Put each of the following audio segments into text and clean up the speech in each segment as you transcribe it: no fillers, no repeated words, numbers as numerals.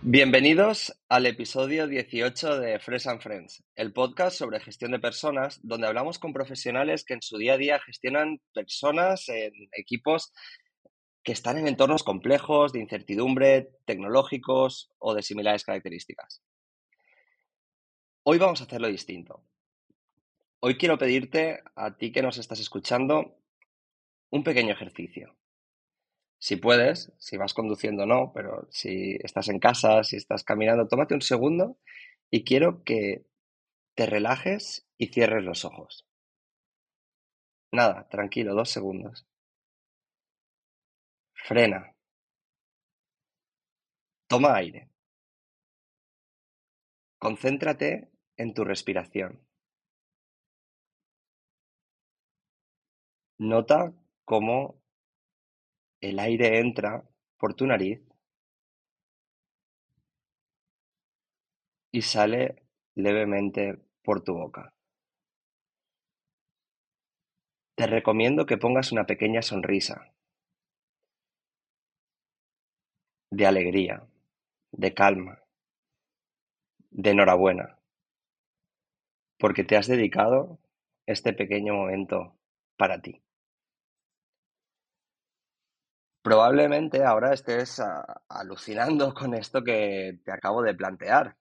Bienvenidos al episodio 18 de Fresh and Friends, el podcast sobre gestión de personas, donde hablamos con profesionales que en su día a día gestionan personas en equipos que están en entornos complejos, de incertidumbre, tecnológicos o de similares características. Hoy vamos a hacerlo distinto. Hoy quiero pedirte a ti que nos estás escuchando un pequeño ejercicio. Si puedes, si vas conduciendo no, pero si estás en casa, si estás caminando, tómate un segundo y quiero que te relajes y cierres los ojos. Nada, tranquilo, 2 segundos. Frena, toma aire, concéntrate en tu respiración. Nota cómo el aire entra por tu nariz y sale levemente por tu boca. Te recomiendo que pongas una pequeña sonrisa de alegría, de calma, de enhorabuena, porque te has dedicado este pequeño momento para ti. Probablemente ahora estés alucinando con esto que te acabo de plantear,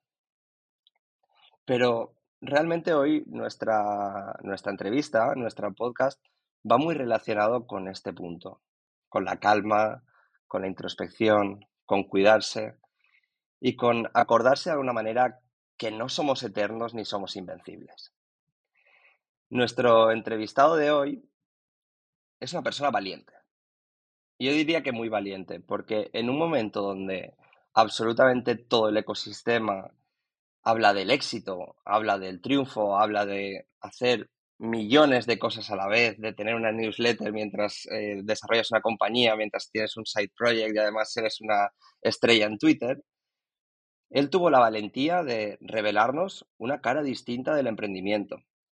pero realmente hoy nuestra entrevista, nuestro podcast, va muy relacionado con este punto, con la calma, con la introspección, con cuidarse y con acordarse de alguna manera que no somos eternos ni somos invencibles. Nuestro entrevistado de hoy es una persona valiente. Yo diría que muy valiente, porque en un momento donde absolutamente todo el ecosistema habla del éxito, habla del triunfo, habla de hacer millones de cosas a la vez, de tener una newsletter mientras desarrollas una compañía, mientras tienes un side project y además eres una estrella en Twitter, él tuvo la valentía de revelarnos una cara distinta del emprendimiento.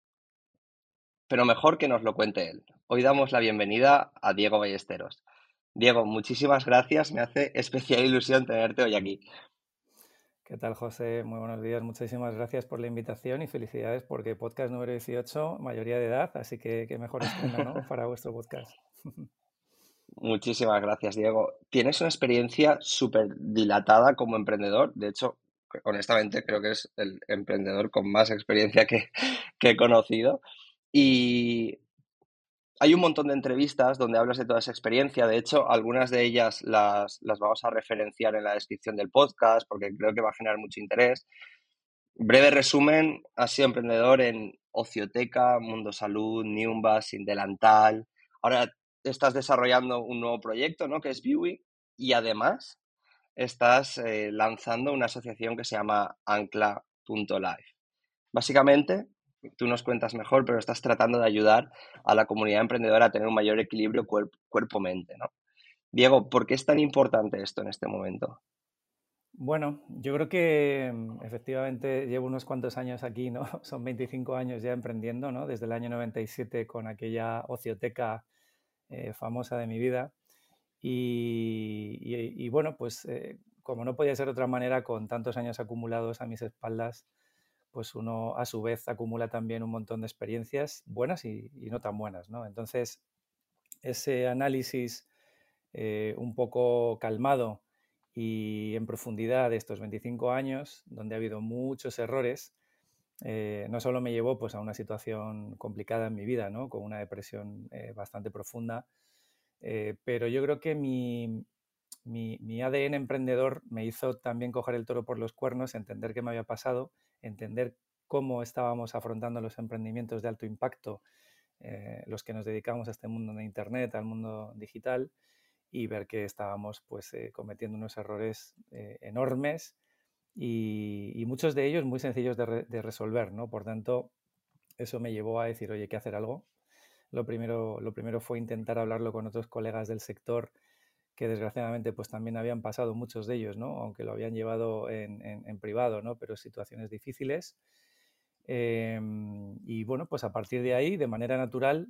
Pero mejor que nos lo cuente él. Hoy damos la bienvenida a Diego Ballesteros. Diego, muchísimas gracias. Me hace especial ilusión tenerte hoy aquí. ¿Qué tal, José? Muy buenos días. Muchísimas gracias por la invitación y felicidades porque podcast número 18, mayoría de edad, así que qué mejor estreno, ¿no? Para vuestro podcast. Muchísimas gracias, Diego. Tienes una experiencia súper dilatada como emprendedor. De hecho, honestamente, creo que es el emprendedor con más experiencia que he conocido. Y hay un montón de entrevistas donde hablas de toda esa experiencia. De hecho, algunas de ellas las vamos a referenciar en la descripción del podcast porque creo que va a generar mucho interés. Breve resumen, has sido emprendedor en Ocioteca, Mundo Salud, Niumbas, Sin Delantal. Ahora estás desarrollando un nuevo proyecto, ¿no? Que es Biwi. Y además estás lanzando una asociación que se llama Ancla.life. Básicamente, tú nos cuentas mejor, pero estás tratando de ayudar a la comunidad emprendedora a tener un mayor equilibrio cuerpo-mente, ¿no? Diego, ¿por qué es tan importante esto en este momento? Bueno, yo creo que efectivamente llevo unos cuantos años aquí, ¿no? Son 25 años ya emprendiendo, ¿no? Desde el año 97 con aquella ocioteca famosa de mi vida. Y bueno, pues como no podía ser de otra manera, con tantos años acumulados a mis espaldas, pues uno a su vez acumula también un montón de experiencias buenas y no tan buenas, ¿no? Entonces, ese análisis un poco calmado y en profundidad de estos 25 años, donde ha habido muchos errores, no solo me llevó pues, a una situación complicada en mi vida, ¿no? Con una depresión bastante profunda, pero yo creo que mi ADN emprendedor me hizo también coger el toro por los cuernos, entender qué me había pasado, entender cómo estábamos afrontando los emprendimientos de alto impacto, los que nos dedicamos a este mundo de Internet, al mundo digital, y ver que estábamos pues, cometiendo unos errores enormes y muchos de ellos muy sencillos de resolver, ¿no? Por tanto, eso me llevó a decir, oye, hay que hacer algo. Lo primero fue intentar hablarlo con otros colegas del sector que desgraciadamente pues también habían pasado muchos de ellos, ¿no? Aunque lo habían llevado en privado, ¿no? Pero situaciones difíciles. Y bueno, pues a partir de ahí, de manera natural,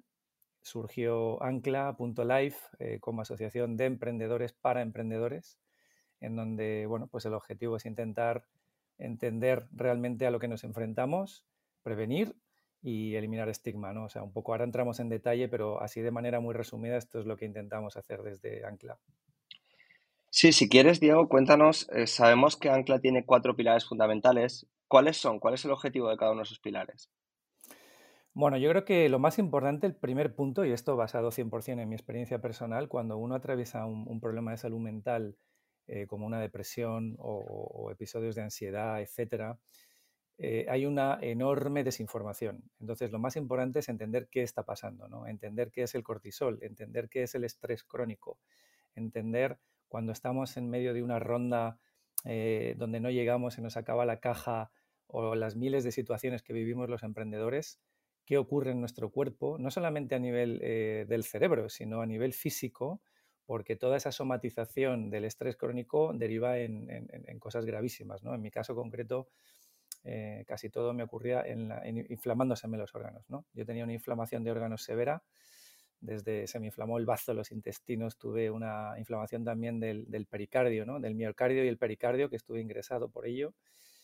surgió Ancla.life como asociación de emprendedores para emprendedores, en donde, bueno, pues el objetivo es intentar entender realmente a lo que nos enfrentamos, prevenir y eliminar estigma, ¿no? O sea, un poco ahora entramos en detalle, pero así de manera muy resumida esto es lo que intentamos hacer desde Ancla. Sí, si quieres, Diego, cuéntanos. Sabemos que Ancla tiene 4 pilares fundamentales. ¿Cuáles son? ¿Cuál es el objetivo de cada uno de esos pilares? Bueno, yo creo que lo más importante, el primer punto, y esto basado 100% en mi experiencia personal, cuando uno atraviesa un problema de salud mental como una depresión o episodios de ansiedad, etcétera, hay una enorme desinformación. Entonces, lo más importante es entender qué está pasando, ¿no? Entender qué es el cortisol, entender qué es el estrés crónico, entender cuando estamos en medio de una ronda donde no llegamos, se nos acaba la caja o las miles de situaciones que vivimos los emprendedores, qué ocurre en nuestro cuerpo, no solamente a nivel del cerebro, sino a nivel físico, porque toda esa somatización del estrés crónico deriva en cosas gravísimas, ¿no? En mi caso concreto, casi todo me ocurría en inflamándoseme los órganos, ¿no? Yo tenía una inflamación de órganos severa, desde se me inflamó el bazo, los intestinos, tuve una inflamación también del pericardio, ¿no? Del miocardio y el pericardio, que estuve ingresado por ello.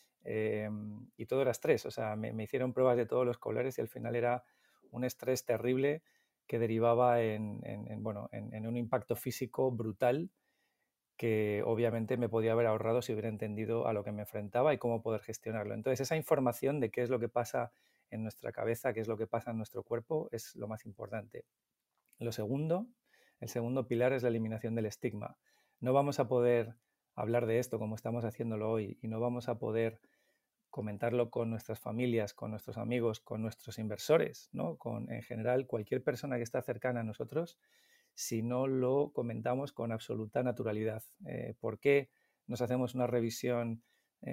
Y todo era estrés, o sea, me hicieron pruebas de todos los colores y al final era un estrés terrible que derivaba bueno, en un impacto físico brutal que obviamente me podía haber ahorrado si hubiera entendido a lo que me enfrentaba y cómo poder gestionarlo. Entonces, esa información de qué es lo que pasa en nuestra cabeza, qué es lo que pasa en nuestro cuerpo, es lo más importante. Lo segundo, el segundo pilar es la eliminación del estigma. No vamos a poder hablar de esto como estamos haciéndolo hoy y no vamos a poder comentarlo con nuestras familias, con nuestros amigos, con nuestros inversores, ¿no? Con en general cualquier persona que está cercana a nosotros, si no lo comentamos con absoluta naturalidad. ¿Por qué nos hacemos una revisión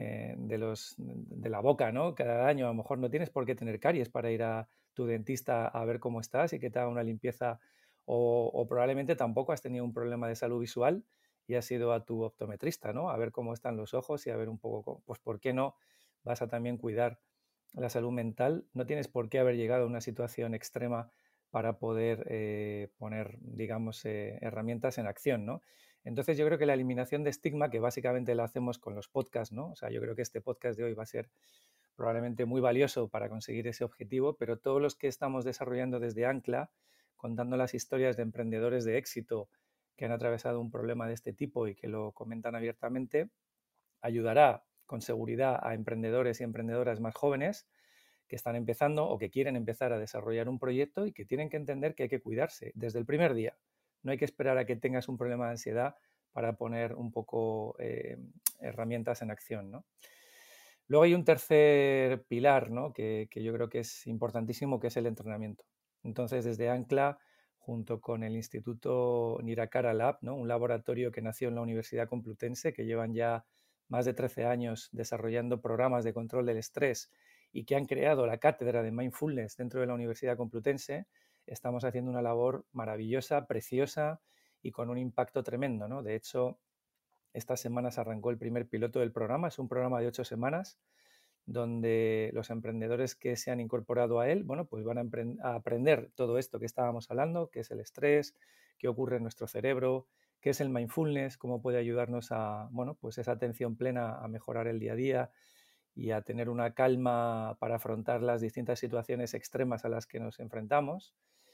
de la boca, ¿no? Cada año a lo mejor no tienes por qué tener caries para ir a tu dentista a ver cómo estás y que te haga una limpieza o probablemente tampoco has tenido un problema de salud visual y has ido a tu optometrista, ¿no? A ver cómo están los ojos y a ver un poco, pues, ¿por qué no vas a también cuidar la salud mental? No tienes por qué haber llegado a una situación extrema para poder poner, digamos, herramientas en acción, ¿no? Entonces yo creo que la eliminación de estigma, que básicamente la hacemos con los podcasts, ¿no? O sea, yo creo que este podcast de hoy va a ser probablemente muy valioso para conseguir ese objetivo, pero todos los que estamos desarrollando desde Ancla, contando las historias de emprendedores de éxito que han atravesado un problema de este tipo y que lo comentan abiertamente, ayudará con seguridad a emprendedores y emprendedoras más jóvenes que están empezando o que quieren empezar a desarrollar un proyecto y que tienen que entender que hay que cuidarse desde el primer día. No hay que esperar a que tengas un problema de ansiedad para poner un poco herramientas en acción, ¿no? Luego hay un tercer pilar, ¿no? que yo creo que es importantísimo, que es el entrenamiento. Entonces, desde Ancla, junto con el Instituto Nirakara Lab, ¿no? Un laboratorio que nació en la Universidad Complutense, que llevan ya más de 13 años desarrollando programas de control del estrés y que han creado la cátedra de Mindfulness dentro de la Universidad Complutense, estamos haciendo una labor maravillosa, preciosa y con un impacto tremendo, ¿no? De hecho, estas semanas arrancó el primer piloto del programa. Es un programa de 8 semanas donde los emprendedores que se han incorporado a él, bueno, pues van a aprender todo esto que estábamos hablando, qué es el estrés, qué ocurre en nuestro cerebro, qué es el mindfulness, cómo puede ayudarnos a, bueno, pues esa atención plena a mejorar el día a día y a tener una calma para afrontar las distintas situaciones extremas a las que nos enfrentamos.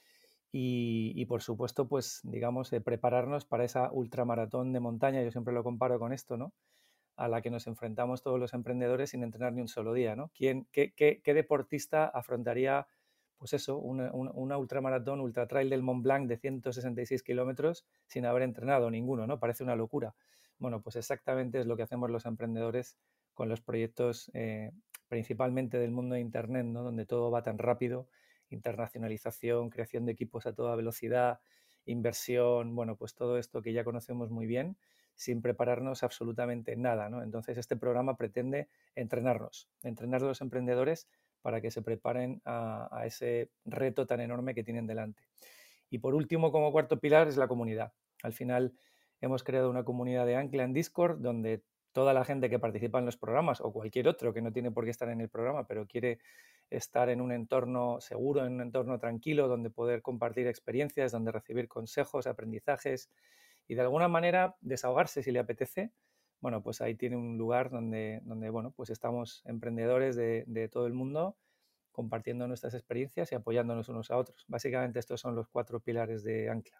Por supuesto, pues digamos, prepararnos para esa ultramaratón de montaña, yo siempre lo comparo con esto, ¿no? A la que nos enfrentamos todos los emprendedores sin entrenar ni un solo día, ¿no? ¿Qué deportista afrontaría, pues eso, una ultramaratón, ultra trail del Mont Blanc de 166 kilómetros sin haber entrenado? Ninguno, ¿no? Parece una locura. Bueno, pues exactamente es lo que hacemos los emprendedores con los proyectos principalmente del mundo de Internet, ¿no? Donde todo va tan rápido, internacionalización, creación de equipos a toda velocidad, inversión, bueno, pues todo esto que ya conocemos muy bien, sin prepararnos absolutamente nada, ¿no? Entonces, este programa pretende entrenar a los emprendedores para que se preparen a ese reto tan enorme que tienen delante. Y por último, como cuarto pilar, es la comunidad. Al final, hemos creado una comunidad de Ancla en Discord donde toda la gente que participa en los programas o cualquier otro que no tiene por qué estar en el programa, pero quiere estar en un entorno seguro, en un entorno tranquilo, donde poder compartir experiencias, donde recibir consejos, aprendizajes y de alguna manera desahogarse si le apetece, bueno, pues ahí tiene un lugar donde bueno, pues estamos emprendedores de todo el mundo compartiendo nuestras experiencias y apoyándonos unos a otros. Básicamente estos son los 4 pilares de Ancla.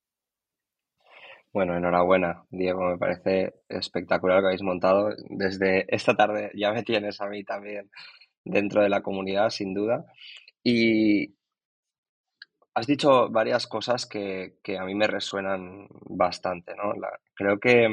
Bueno, enhorabuena, Diego, me parece espectacular lo que habéis montado. Desde esta tarde ya me tienes a mí también dentro de la comunidad, sin duda. Y has dicho varias cosas que a mí me resuenan bastante, ¿no? Creo que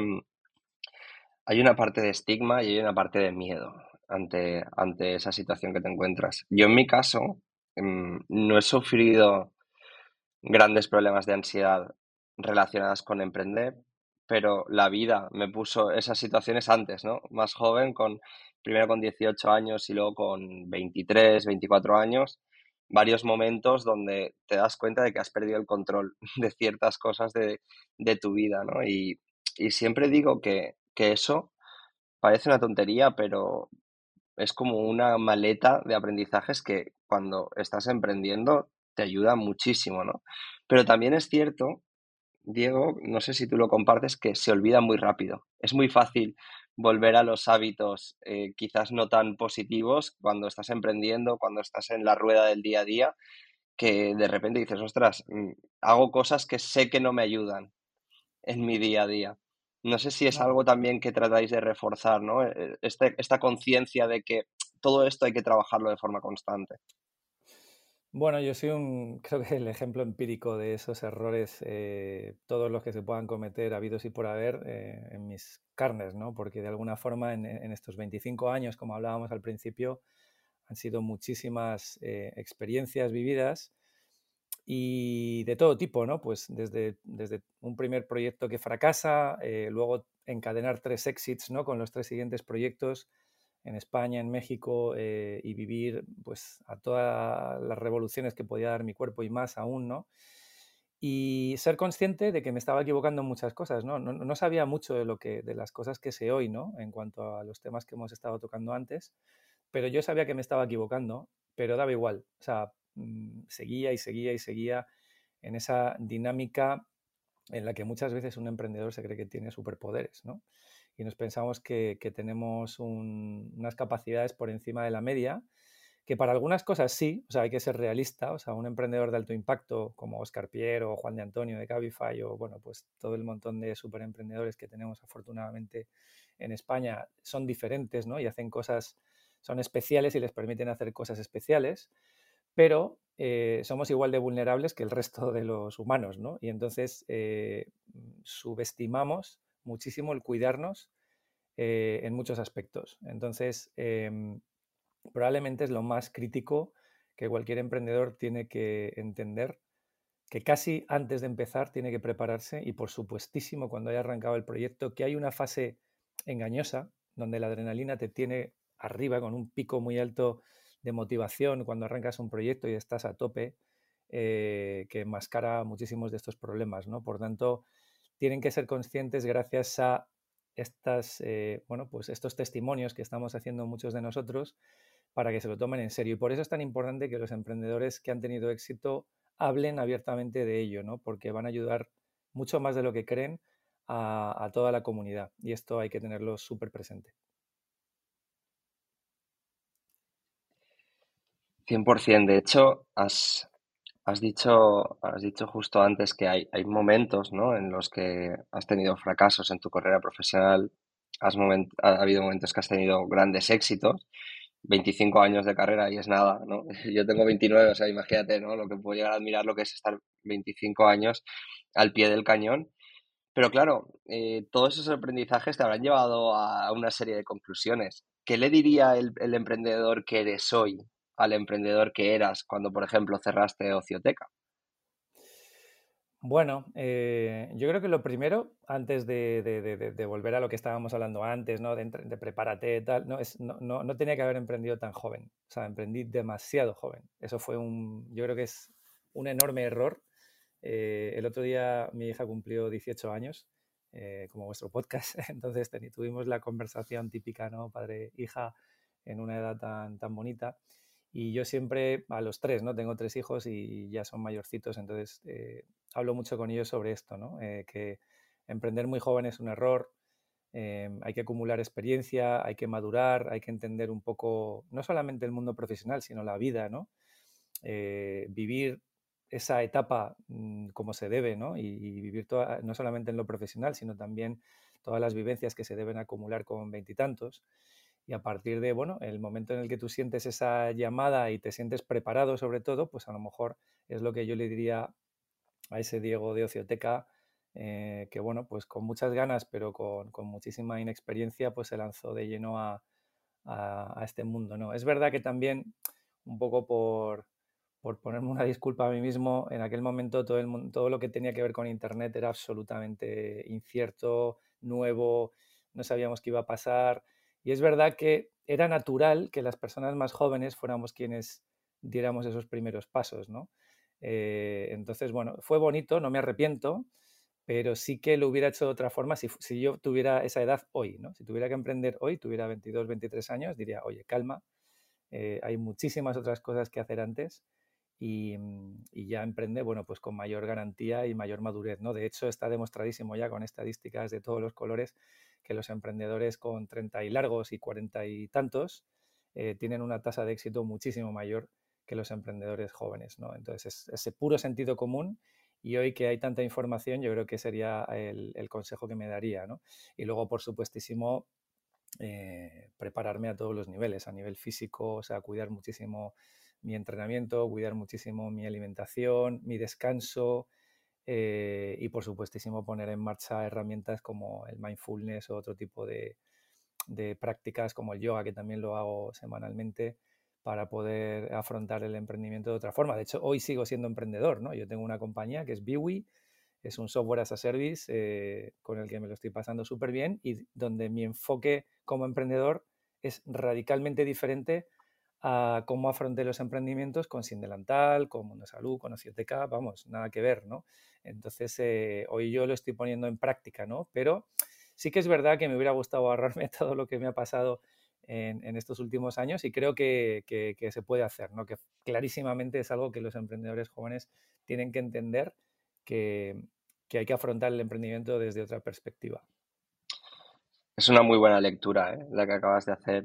hay una parte de estigma y hay una parte de miedo ante esa situación que te encuentras. Yo en mi caso no he sufrido grandes problemas de ansiedad relacionadas con emprender, pero la vida me puso esas situaciones antes, ¿no? Más joven, primero con 18 años y luego con 23, 24 años, varios momentos donde te das cuenta de que has perdido el control de ciertas cosas de tu vida, ¿no? Y siempre digo que eso parece una tontería, pero es como una maleta de aprendizajes que cuando estás emprendiendo te ayuda muchísimo, ¿no? Pero también es cierto, Diego, no sé si tú lo compartes, que se olvida muy rápido. Es muy fácil volver a los hábitos quizás no tan positivos cuando estás emprendiendo, cuando estás en la rueda del día a día, que de repente dices, ostras, hago cosas que sé que no me ayudan en mi día a día. No sé si es No. algo también que tratáis de reforzar, ¿no? Esta conciencia de que todo esto hay que trabajarlo de forma constante. Bueno, yo soy creo que el ejemplo empírico de esos errores, todos los que se puedan cometer, habidos y por haber, en mis carnes, ¿no? Porque de alguna forma en estos 25 años, como hablábamos al principio, han sido muchísimas experiencias vividas y de todo tipo, ¿no? Pues desde un primer proyecto que fracasa, luego encadenar 3 exits, ¿no? Con los 3 siguientes proyectos en España, en México, y vivir pues a todas las revoluciones que podía dar mi cuerpo y más aún, ¿no? Y ser consciente de que me estaba equivocando en muchas cosas, ¿no? No sabía mucho de las cosas que sé hoy, ¿no? En cuanto a los temas que hemos estado tocando antes, pero yo sabía que me estaba equivocando, pero daba igual. O sea, seguía y seguía y seguía en esa dinámica en la que muchas veces un emprendedor se cree que tiene superpoderes, ¿no? Y nos pensamos que tenemos unas capacidades por encima de la media, que para algunas cosas sí, o sea, hay que ser realista, o sea, un emprendedor de alto impacto como Oscar Piero o Juan de Antonio de Cabify o, bueno, pues todo el montón de superemprendedores que tenemos afortunadamente en España son diferentes, ¿no? Y hacen cosas, son especiales y les permiten hacer cosas especiales, pero somos igual de vulnerables que el resto de los humanos, ¿no? Y entonces subestimamos muchísimo el cuidarnos en muchos aspectos. Entonces, probablemente es lo más crítico que cualquier emprendedor tiene que entender, que casi antes de empezar tiene que prepararse y por supuestísimo cuando haya arrancado el proyecto, que hay una fase engañosa donde la adrenalina te tiene arriba con un pico muy alto de motivación cuando arrancas un proyecto y estás a tope, que enmascara muchísimos de estos problemas, ¿no? Por tanto, tienen que ser conscientes gracias a bueno, pues estos testimonios que estamos haciendo muchos de nosotros para que se lo tomen en serio. Y por eso es tan importante que los emprendedores que han tenido éxito hablen abiertamente de ello, ¿no? Porque van a ayudar mucho más de lo que creen a toda la comunidad. Y esto hay que tenerlo súper presente. 100%. De hecho, has dicho justo antes que hay momentos, ¿no? En los que has tenido fracasos en tu carrera profesional, ha habido momentos que has tenido grandes éxitos. 25 años de carrera y es nada, ¿no? Yo tengo 29, o sea, imagínate, ¿no? Lo que puedo llegar a admirar lo que es estar 25 años al pie del cañón. Pero claro, todos esos aprendizajes te habrán llevado a una serie de conclusiones. ¿Qué le diría el emprendedor que eres hoy al emprendedor que eras cuando, por ejemplo, cerraste Ocioteca? Bueno, yo creo que lo primero, antes de volver a lo que estábamos hablando antes, ¿no? De prepárate, tal, no tenía que haber emprendido tan joven. O sea, emprendí demasiado joven. Eso fue yo creo que es un enorme error. El otro día mi hija cumplió 18 años, como vuestro podcast. Entonces tuvimos la conversación típica, ¿no? Padre-hija en una edad tan bonita. Y yo siempre, a los 3, ¿no? Tengo 3 hijos y ya son mayorcitos, entonces hablo mucho con ellos sobre esto, ¿no? Que emprender muy joven es un error, hay que acumular experiencia, hay que madurar, hay que entender un poco, no solamente el mundo profesional, sino la vida, ¿no? Vivir esa etapa como se debe, ¿no? Y vivir no solamente en lo profesional, sino también todas las vivencias que se deben acumular con veintitantos. Y a partir de, bueno, el momento en el que tú sientes esa llamada y te sientes preparado sobre todo, pues a lo mejor es lo que yo le diría a ese Diego de Ocioteca, que bueno, pues con muchas ganas, pero con muchísima inexperiencia, pues se lanzó de lleno a este mundo, ¿no? Es verdad que también, un poco por ponerme una disculpa a mí mismo, en aquel momento todo lo que tenía que ver con Internet era absolutamente incierto, nuevo, no sabíamos qué iba a pasar. Y es verdad que era natural que las personas más jóvenes fuéramos quienes diéramos esos primeros pasos, ¿no? Entonces, bueno, fue bonito, no me arrepiento, pero sí que lo hubiera hecho de otra forma si yo tuviera esa edad hoy, ¿no? Si tuviera que emprender hoy, tuviera 22, 23 años, diría, oye, calma, hay muchísimas otras cosas que hacer antes y ya emprende, bueno, pues con mayor garantía y mayor madurez, ¿no? De hecho, está demostradísimo ya con estadísticas de todos los colores que los emprendedores con 30 y largos y 40 y tantos tienen una tasa de éxito muchísimo mayor que los emprendedores jóvenes, ¿no? Entonces, es ese puro sentido común y hoy que hay tanta información, yo creo que sería el consejo que me daría, ¿no? Y luego, por supuestísimo, prepararme a todos los niveles, a nivel físico, o sea, cuidar muchísimo mi entrenamiento, cuidar muchísimo mi alimentación, mi descanso y por supuestísimo poner en marcha herramientas como el mindfulness o otro tipo de prácticas como el yoga, que también lo hago semanalmente para poder afrontar el emprendimiento de otra forma. De hecho, hoy sigo siendo emprendedor, ¿no? Yo tengo una compañía que es Biwi, es un software as a service con el que me lo estoy pasando súper bien y donde mi enfoque como emprendedor es radicalmente diferente a cómo afronté los emprendimientos con Sin Delantal, con Mundo Salud, con Ocioteca, vamos, nada que ver, ¿no? Entonces, hoy yo lo estoy poniendo en práctica, ¿no? Pero sí que es verdad que me hubiera gustado ahorrarme todo lo que me ha pasado en estos últimos años y creo que se puede hacer, ¿no? Que clarísimamente es algo que los emprendedores jóvenes tienen que entender que, que hay que afrontar el emprendimiento desde otra perspectiva. Es una muy buena lectura, ¿eh? La que acabas de hacer.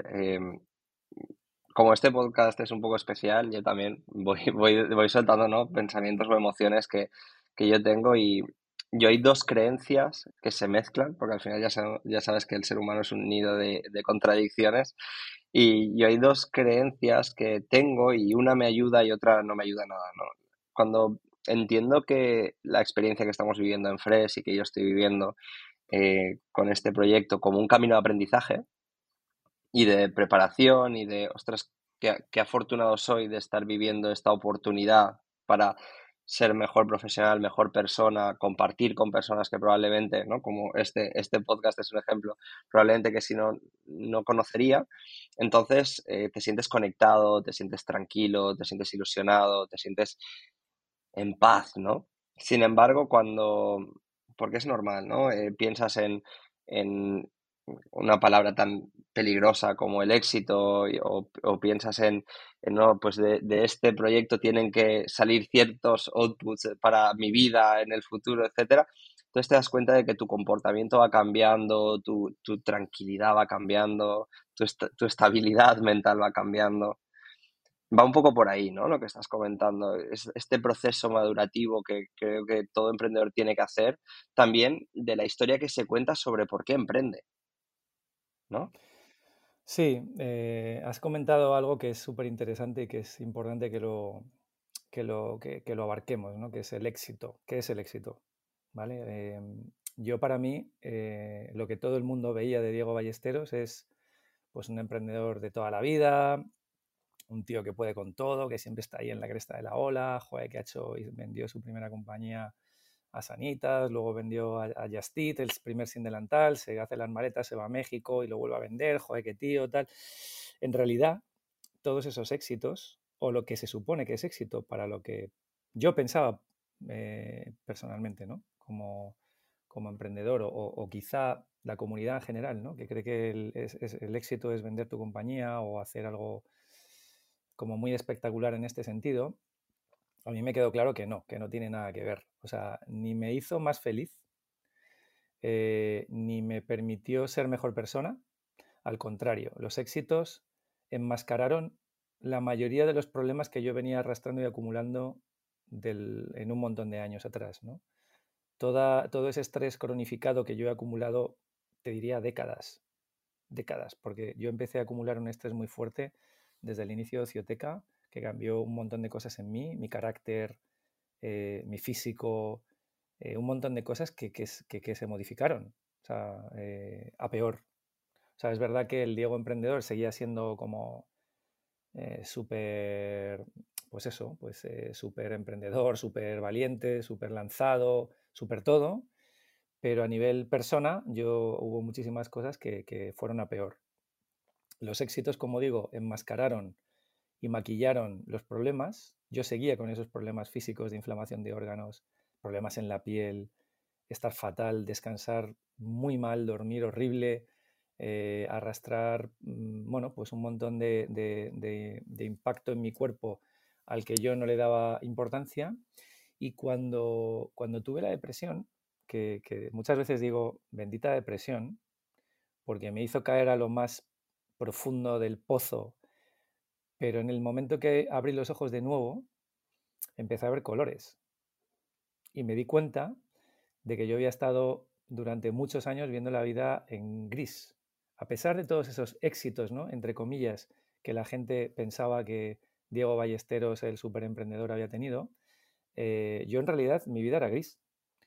Como este podcast es un poco especial, yo también voy soltando, ¿no? Pensamientos o emociones que yo tengo y hay dos creencias que se mezclan, porque al final ya sabes que el ser humano es un nido de contradicciones y yo hay dos creencias que tengo y una me ayuda y otra no me ayuda nada, ¿no? Cuando entiendo que la experiencia que estamos viviendo en Fresh y que yo estoy viviendo con este proyecto como un camino de aprendizaje, y de preparación y de, ostras, qué afortunado soy de estar viviendo esta oportunidad para ser mejor profesional, mejor persona, compartir con personas que probablemente, ¿no? Como este podcast es un ejemplo, probablemente que si no, no conocería. Entonces, te sientes conectado, te sientes tranquilo, te sientes ilusionado, te sientes en paz, ¿no? Sin embargo, porque es normal, ¿no? Piensas en una palabra tan peligrosa como el éxito o piensas no, pues de este proyecto tienen que salir ciertos outputs para mi vida en el futuro, etcétera. Entonces te das cuenta de que tu comportamiento va cambiando, tu tranquilidad va cambiando, tu estabilidad mental va cambiando. Va un poco por ahí, ¿no? Lo que estás comentando. Es este proceso madurativo que creo que todo emprendedor tiene que hacer, también de la historia que se cuenta sobre por qué emprende, ¿no? Sí, has comentado algo que es súper interesante y que es importante que lo abarquemos, ¿no? Que es el éxito. ¿Qué es el éxito? ¿Vale? Yo para mí, lo que todo el mundo veía de Diego Ballesteros es pues un emprendedor de toda la vida, un tío que puede con todo, que siempre está ahí en la cresta de la ola, joder, que ha hecho y vendió su primera compañía a Sanitas, luego vendió a Just Eat, el primer sin delantal, se hace las maletas, se va a México y lo vuelve a vender, joder, qué tío, tal. En realidad, todos esos éxitos, o lo que se supone que es éxito para lo que yo pensaba personalmente, ¿no? Como emprendedor, o quizá la comunidad en general, ¿no? Que cree que el éxito es vender tu compañía o hacer algo como muy espectacular en este sentido, a mí me quedó claro que no tiene nada que ver. O sea, ni me hizo más feliz, ni me permitió ser mejor persona. Al contrario, los éxitos enmascararon la mayoría de los problemas que yo venía arrastrando y acumulando en un montón de años atrás, ¿no? Todo ese estrés cronificado que yo he acumulado, te diría décadas, porque yo empecé a acumular un estrés muy fuerte desde el inicio de Ocioteca, que cambió un montón de cosas en mí, mi carácter, mi físico, un montón de cosas que se modificaron, o sea, a peor. O sea, es verdad que el Diego emprendedor seguía siendo como súper, pues eso, pues súper emprendedor, súper valiente, súper lanzado, súper todo, pero a nivel persona yo hubo muchísimas cosas que fueron a peor. Los éxitos, como digo, enmascararon y maquillaron los problemas. Yo seguía con esos problemas físicos de inflamación de órganos, problemas en la piel, estar fatal, descansar muy mal, dormir horrible, arrastrar, bueno, pues un montón de impacto en mi cuerpo al que yo no le daba importancia. Y cuando tuve la depresión, que muchas veces digo, bendita depresión, porque me hizo caer a lo más profundo del pozo, pero en el momento que abrí los ojos de nuevo, empecé a ver colores y me di cuenta de que yo había estado durante muchos años viendo la vida en gris. A pesar de todos esos éxitos, ¿no? Entre comillas, que la gente pensaba que Diego Ballesteros, el superemprendedor, había tenido, yo en realidad mi vida era gris.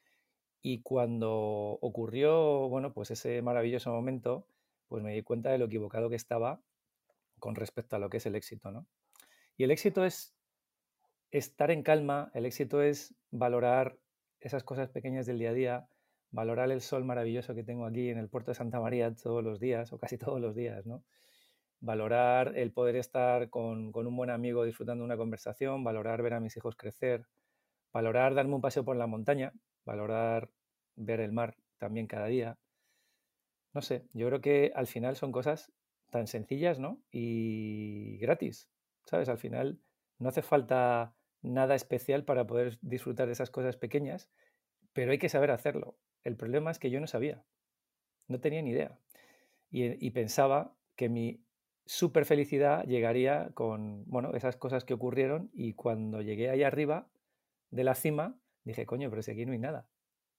Y cuando ocurrió, bueno, pues ese maravilloso momento, pues me di cuenta de lo equivocado que estaba con respecto a lo que es el éxito, ¿no? Y el éxito es estar en calma, el éxito es valorar esas cosas pequeñas del día a día, valorar el sol maravilloso que tengo aquí en el puerto de Santa María todos los días, o casi todos los días, ¿no? Valorar el poder estar con un buen amigo disfrutando de una conversación, valorar ver a mis hijos crecer, valorar darme un paseo por la montaña, valorar ver el mar también cada día. No sé, yo creo que al final son cosas tan sencillas, ¿no? Y gratis, ¿sabes? Al final no hace falta nada especial para poder disfrutar de esas cosas pequeñas, pero hay que saber hacerlo. El problema es que yo no sabía, no tenía ni idea. Y pensaba que mi super felicidad llegaría con, bueno, esas cosas que ocurrieron y cuando llegué ahí arriba de la cima, dije, coño, pero si aquí no hay nada.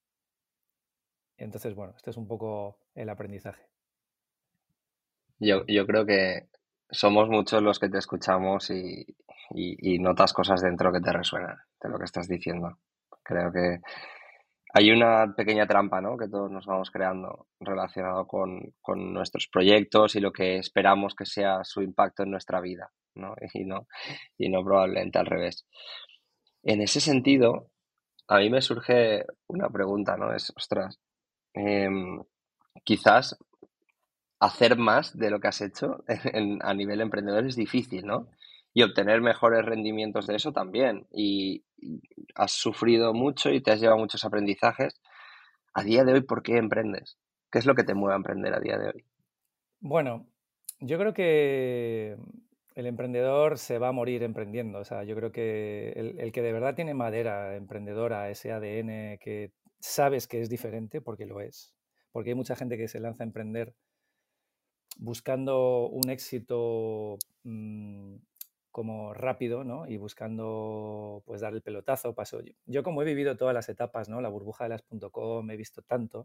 Entonces, bueno, este es un poco el aprendizaje. Yo creo que somos muchos los que te escuchamos y notas cosas dentro que te resuenan de lo que estás diciendo. Creo que hay una pequeña trampa, ¿no? Que todos nos vamos creando relacionado con nuestros proyectos y lo que esperamos que sea su impacto en nuestra vida, ¿no? Y no probablemente al revés. En ese sentido, a mí me surge una pregunta, ¿no? Es, ostras, em, quizás hacer más de lo que has hecho a nivel emprendedor es difícil, ¿no? Y obtener mejores rendimientos de eso también. Y has sufrido mucho y te has llevado muchos aprendizajes. A día de hoy, ¿por qué emprendes? ¿Qué es lo que te mueve a emprender a día de hoy? Bueno, yo creo que el emprendedor se va a morir emprendiendo. O sea, yo creo que el que de verdad tiene madera emprendedora, ese ADN que sabes que es diferente, porque lo es. Porque hay mucha gente que se lanza a emprender buscando un éxito como rápido, ¿no? Y buscando pues dar el pelotazo. Yo como he vivido todas las etapas, ¿no? La burbuja de las .com, he visto tanto,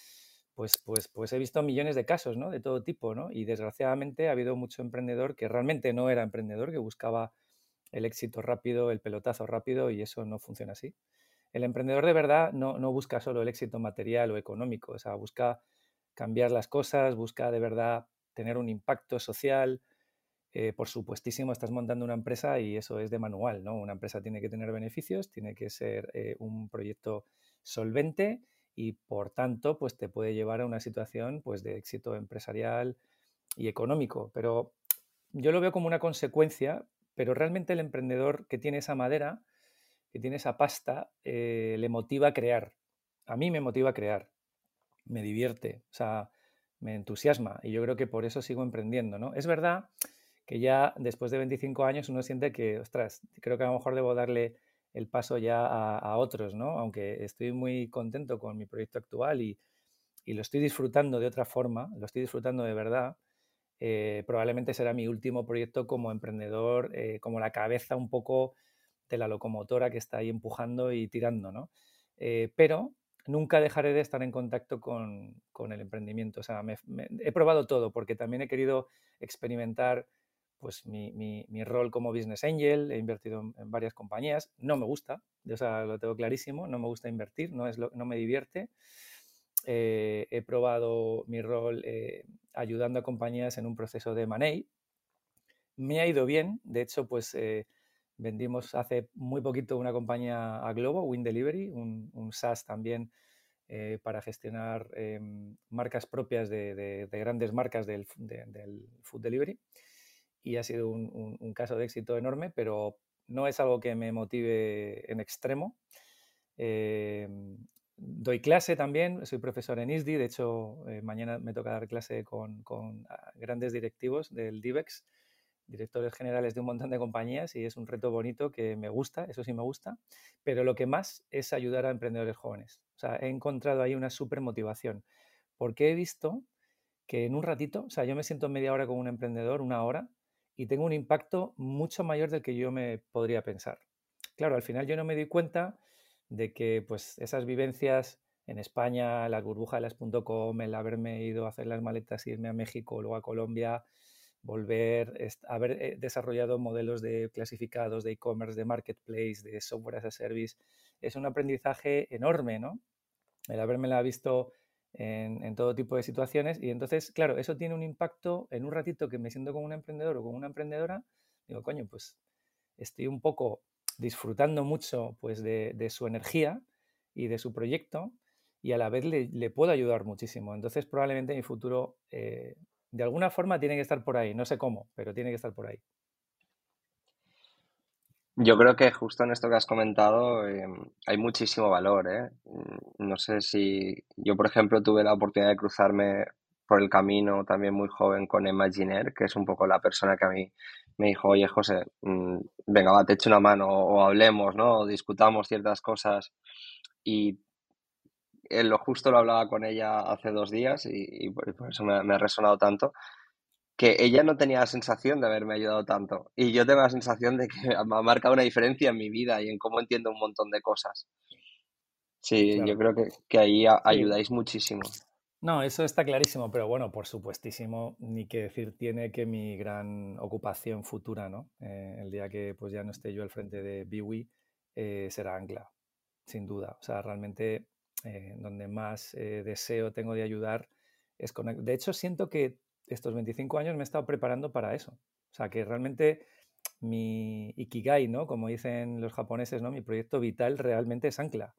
pues he visto millones de casos, ¿no? De todo tipo, ¿no? Y desgraciadamente ha habido mucho emprendedor que realmente no era emprendedor, que buscaba el éxito rápido, el pelotazo rápido, y eso no funciona así. El emprendedor de verdad no busca solo el éxito material o económico, o sea, busca cambiar las cosas, busca de verdad tener un impacto social. Por supuestísimo, estás montando una empresa y eso es de manual, ¿no? Una empresa tiene que tener beneficios, tiene que ser un proyecto solvente y, por tanto, pues te puede llevar a una situación pues, de éxito empresarial y económico. Pero yo lo veo como una consecuencia, pero realmente el emprendedor que tiene esa madera, que tiene esa pasta, le motiva a crear. A mí me motiva a crear, me divierte, o sea, me entusiasma y yo creo que por eso sigo emprendiendo, ¿no? Es verdad que ya después de 25 años uno siente que, ostras, creo que a lo mejor debo darle el paso ya a otros, ¿no? Aunque estoy muy contento con mi proyecto actual y lo estoy disfrutando de otra forma, lo estoy disfrutando de verdad, probablemente será mi último proyecto como emprendedor, como la cabeza un poco de la locomotora que está ahí empujando y tirando, ¿no? Pero nunca dejaré de estar en contacto con el emprendimiento. O sea, he probado todo porque también he querido experimentar pues mi rol como business angel, he invertido en varias compañías, no me gusta, o sea, lo tengo clarísimo, no me gusta invertir, no me divierte. He probado mi rol ayudando a compañías en un proceso de M&A. Me ha ido bien, de hecho, pues vendimos hace muy poquito una compañía a Globo, Win Delivery, un SaaS también para gestionar marcas propias de grandes marcas del food delivery. Y ha sido un caso de éxito enorme, pero no es algo que me motive en extremo. Eh, Doy clase también, soy profesor en ISDI, de hecho mañana me toca dar clase con grandes directivos del DIVEX, directores generales de un montón de compañías, y es un reto bonito que me gusta, eso sí me gusta, pero lo que más es ayudar a emprendedores jóvenes. O sea, he encontrado ahí una súper motivación, porque he visto que en un ratito, o sea, yo me siento media hora con un emprendedor, una hora, y tengo un impacto mucho mayor del que yo me podría pensar. Claro, al final yo no me doy cuenta de que pues esas vivencias en España, las burbujas de las .com, el haberme ido a hacer las maletas, irme a México, luego a Colombia, volver, haber desarrollado modelos de clasificados, de e-commerce, de marketplace, de software as a service, es un aprendizaje enorme, ¿no? El habérmela visto en todo tipo de situaciones y entonces, claro, eso tiene un impacto en un ratito que me siento como un emprendedor o como una emprendedora, digo, coño, pues estoy un poco disfrutando mucho pues de su energía y de su proyecto y a la vez le puedo ayudar muchísimo. Entonces probablemente mi futuro de alguna forma tiene que estar por ahí, no sé cómo, pero tiene que estar por ahí. Yo creo que justo en esto que has comentado hay muchísimo valor, ¿eh? No sé si yo, por ejemplo, tuve la oportunidad de cruzarme por el camino también muy joven con Emma Giner, que es un poco la persona que a mí me dijo, oye, José, venga, va, te echo una mano o hablemos, ¿no? O discutamos ciertas cosas. Y lo justo lo hablaba con ella hace 2 días y por eso me ha resonado tanto que ella no tenía la sensación de haberme ayudado tanto. Y yo tengo la sensación de que me ha marcado una diferencia en mi vida y en cómo entiendo un montón de cosas. Sí, yo Claro. creo que ahí Sí. ayudáis muchísimo. No, eso está clarísimo, pero bueno, por supuestísimo, ni que decir tiene que mi gran ocupación futura, ¿no? El día que pues ya no esté yo al frente de Biwi, será Ancla, sin duda. O sea, realmente donde más deseo tengo de ayudar es con... De hecho, siento que estos 25 años me he estado preparando para eso. O sea, que realmente mi Ikigai, ¿no? Como dicen los japoneses, ¿no? Mi proyecto vital realmente es Ancla.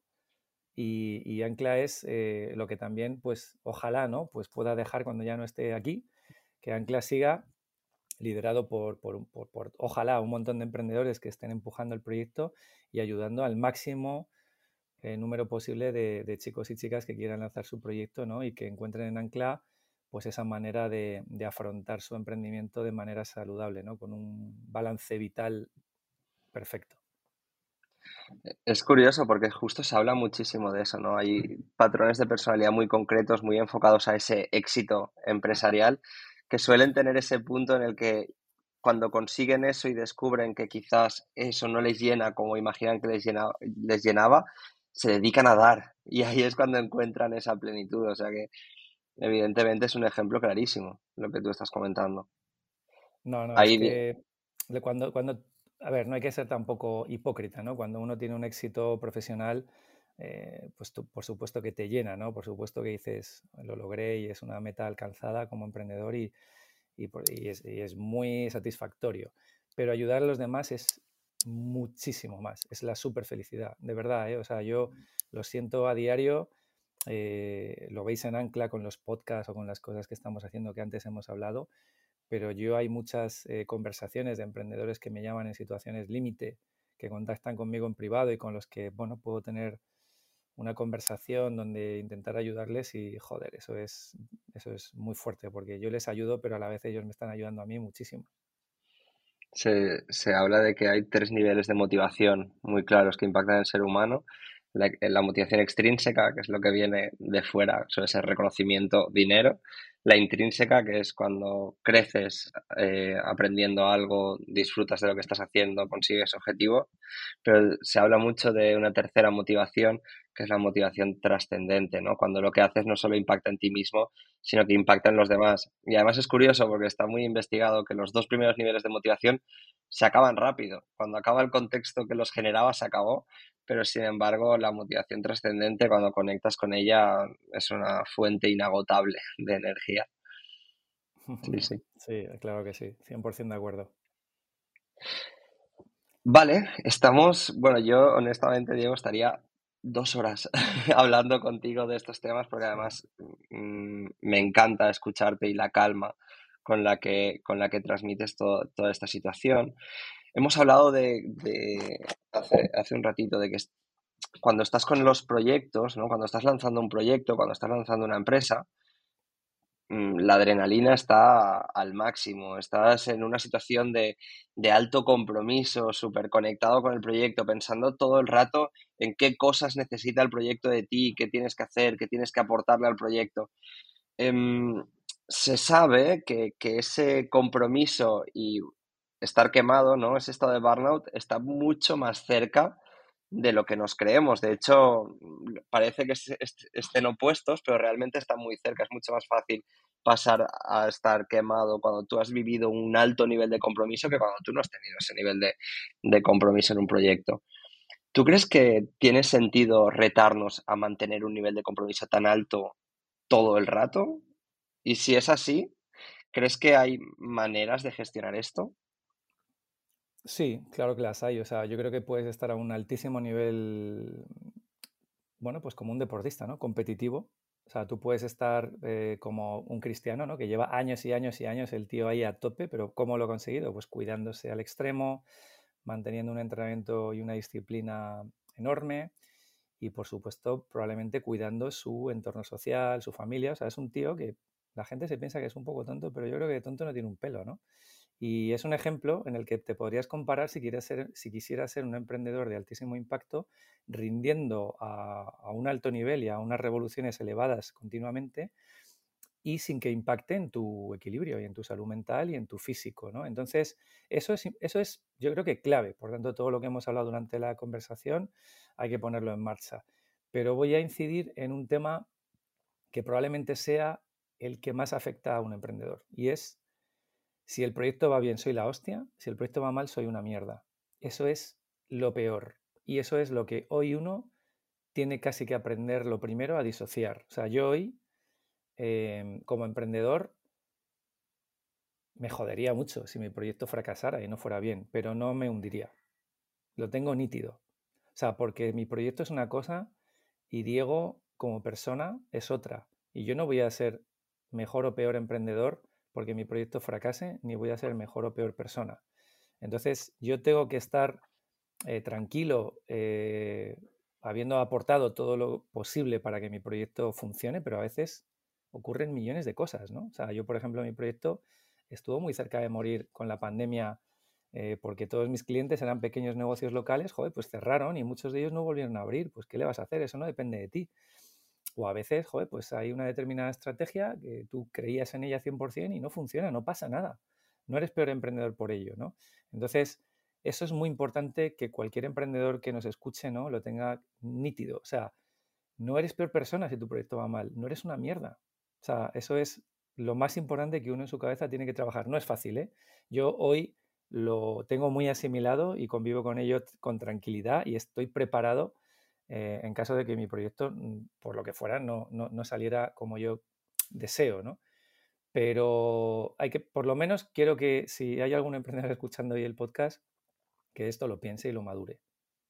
Y Ancla es lo que también, pues, ojalá, ¿no? Pues pueda dejar cuando ya no esté aquí, que Ancla siga liderado ojalá, un montón de emprendedores que estén empujando el proyecto y ayudando al máximo número posible de chicos y chicas que quieran lanzar su proyecto, ¿no? Y que encuentren en Ancla pues esa manera de afrontar su emprendimiento de manera saludable, ¿no? Con un balance vital perfecto. Es curioso porque justo se habla muchísimo de eso, ¿no? Hay patrones de personalidad muy concretos, muy enfocados a ese éxito empresarial, que suelen tener ese punto en el que cuando consiguen eso y descubren que quizás eso no les llena como imaginan que les llenaba, se dedican a dar. Y ahí es cuando encuentran esa plenitud. O sea que evidentemente es un ejemplo clarísimo lo que tú estás comentando. No, no, es Ahí, que a ver, no hay que ser tampoco hipócrita, ¿no? Cuando uno tiene un éxito profesional, pues por supuesto que te llena, ¿no? Por supuesto que dices, lo logré y es una meta alcanzada como emprendedor y es muy satisfactorio. Pero ayudar a los demás es muchísimo más, es la super felicidad, de verdad, ¿eh? O sea, yo lo siento a diario, lo veis en Ancla con los podcasts o con las cosas que estamos haciendo que antes hemos hablado, pero yo hay muchas conversaciones de emprendedores que me llaman en situaciones límite, que contactan conmigo en privado y con los que, bueno, puedo tener una conversación donde intentar ayudarles y, joder, eso es muy fuerte porque yo les ayudo, pero a la vez ellos me están ayudando a mí muchísimo. se habla de que hay 3 niveles de motivación muy claros que impactan en el ser humano. La motivación extrínseca, que es lo que viene de fuera, suele ser reconocimiento, dinero. La intrínseca, que es cuando creces aprendiendo algo, disfrutas de lo que estás haciendo, consigues objetivos. Pero se habla mucho de una tercera motivación, que es la motivación trascendente, ¿no? Cuando lo que haces no solo impacta en ti mismo, sino que impacta en los demás. Y además es curioso porque está muy investigado que los dos primeros niveles de motivación se acaban rápido. Cuando acaba el contexto que los generaba, se acabó, pero sin embargo la motivación trascendente, cuando conectas con ella, es una fuente inagotable de energía. Sí, sí. Sí, claro que sí, 100% de acuerdo. Vale, estamos, bueno, yo honestamente, Diego, estaría 2 horas hablando contigo de estos temas porque Sí. además me encanta escucharte y la calma con la que transmites toda esta situación. Hemos hablado hace un ratito de que cuando estás con los proyectos, ¿no? Cuando estás lanzando un proyecto, cuando estás lanzando una empresa, la adrenalina está al máximo, estás en una situación de alto compromiso, súper conectado con el proyecto, pensando todo el rato en qué cosas necesita el proyecto de ti, qué tienes que hacer, qué tienes que aportarle al proyecto. Em, Se sabe que ese compromiso y estar quemado, ¿no? Ese estado de burnout está mucho más cerca de lo que nos creemos. De hecho, parece que estén opuestos, pero realmente están muy cerca. Es mucho más fácil pasar a estar quemado cuando tú has vivido un alto nivel de compromiso que cuando tú no has tenido ese nivel de compromiso en un proyecto. ¿Tú crees que tiene sentido retarnos a mantener un nivel de compromiso tan alto todo el rato? Y si es así, ¿crees que hay maneras de gestionar esto? Sí, claro que las hay. O sea, yo creo que puedes estar a un altísimo nivel, bueno, pues como un deportista, ¿no? Competitivo. O sea, tú puedes estar como un cristiano, ¿no? Que lleva años y años y años el tío ahí a tope, pero ¿cómo lo ha conseguido? Pues cuidándose al extremo, manteniendo un entrenamiento y una disciplina enorme y, por supuesto, probablemente cuidando su entorno social, su familia. O sea, es un tío que la gente se piensa que es un poco tonto, pero yo creo que tonto no tiene un pelo, ¿no? Y es un ejemplo en el que te podrías comparar si quisieras ser un emprendedor de altísimo impacto, rindiendo a un alto nivel y a unas revoluciones elevadas continuamente y sin que impacte en tu equilibrio y en tu salud mental y en tu físico, ¿no? Entonces, eso es, yo creo que clave. Por tanto, todo lo que hemos hablado durante la conversación hay que ponerlo en marcha. Pero voy a incidir en un tema que probablemente sea el que más afecta a un emprendedor y es si el proyecto va bien, soy la hostia. Si el proyecto va mal, soy una mierda. Eso es lo peor. Y eso es lo que hoy uno tiene casi que aprender lo primero a disociar. O sea, yo hoy, como emprendedor, me jodería mucho si mi proyecto fracasara y no fuera bien, pero no me hundiría. Lo tengo nítido. O sea, porque mi proyecto es una cosa y Diego, como persona, es otra. Y yo no voy a ser mejor o peor emprendedor porque mi proyecto fracase, ni voy a ser mejor o peor persona. Entonces, yo tengo que estar tranquilo, habiendo aportado todo lo posible para que mi proyecto funcione, pero a veces ocurren millones de cosas, ¿no? O sea, yo, por ejemplo, mi proyecto estuvo muy cerca de morir con la pandemia porque todos mis clientes eran pequeños negocios locales, joder, pues cerraron y muchos de ellos no volvieron a abrir. Pues, ¿qué le vas a hacer? Eso no depende de ti. O a veces, joder, pues hay una determinada estrategia que tú creías en ella 100% y no funciona, no pasa nada. No eres peor emprendedor por ello, ¿no? Entonces, eso es muy importante que cualquier emprendedor que nos escuche, ¿no? Lo tenga nítido. O sea, no eres peor persona si tu proyecto va mal, no eres una mierda. O sea, eso es lo más importante que uno en su cabeza tiene que trabajar. No es fácil, ¿eh? Yo hoy lo tengo muy asimilado y convivo con ello con tranquilidad y estoy preparado en caso de que mi proyecto, por lo que fuera, no saliera como yo deseo, ¿no? Pero hay que, por lo menos, quiero que si hay algún emprendedor escuchando hoy el podcast, que esto lo piense y lo madure.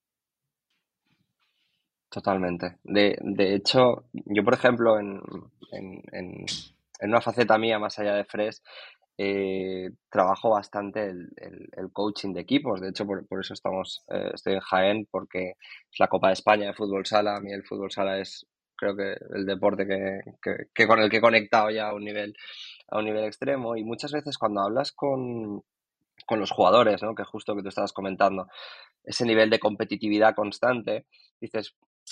Totalmente. De hecho, yo, por ejemplo, en, en- en una faceta mía más allá de Fresh, trabajo bastante el coaching de equipos. De hecho, por eso estoy en Jaén, porque es la Copa de España de fútbol sala. A mí el fútbol sala es, creo que, el deporte que con el que he conectado ya a un nivel extremo. Y muchas veces cuando hablas con los jugadores, ¿no? Que justo que tú estabas comentando, ese nivel de competitividad constante, dices,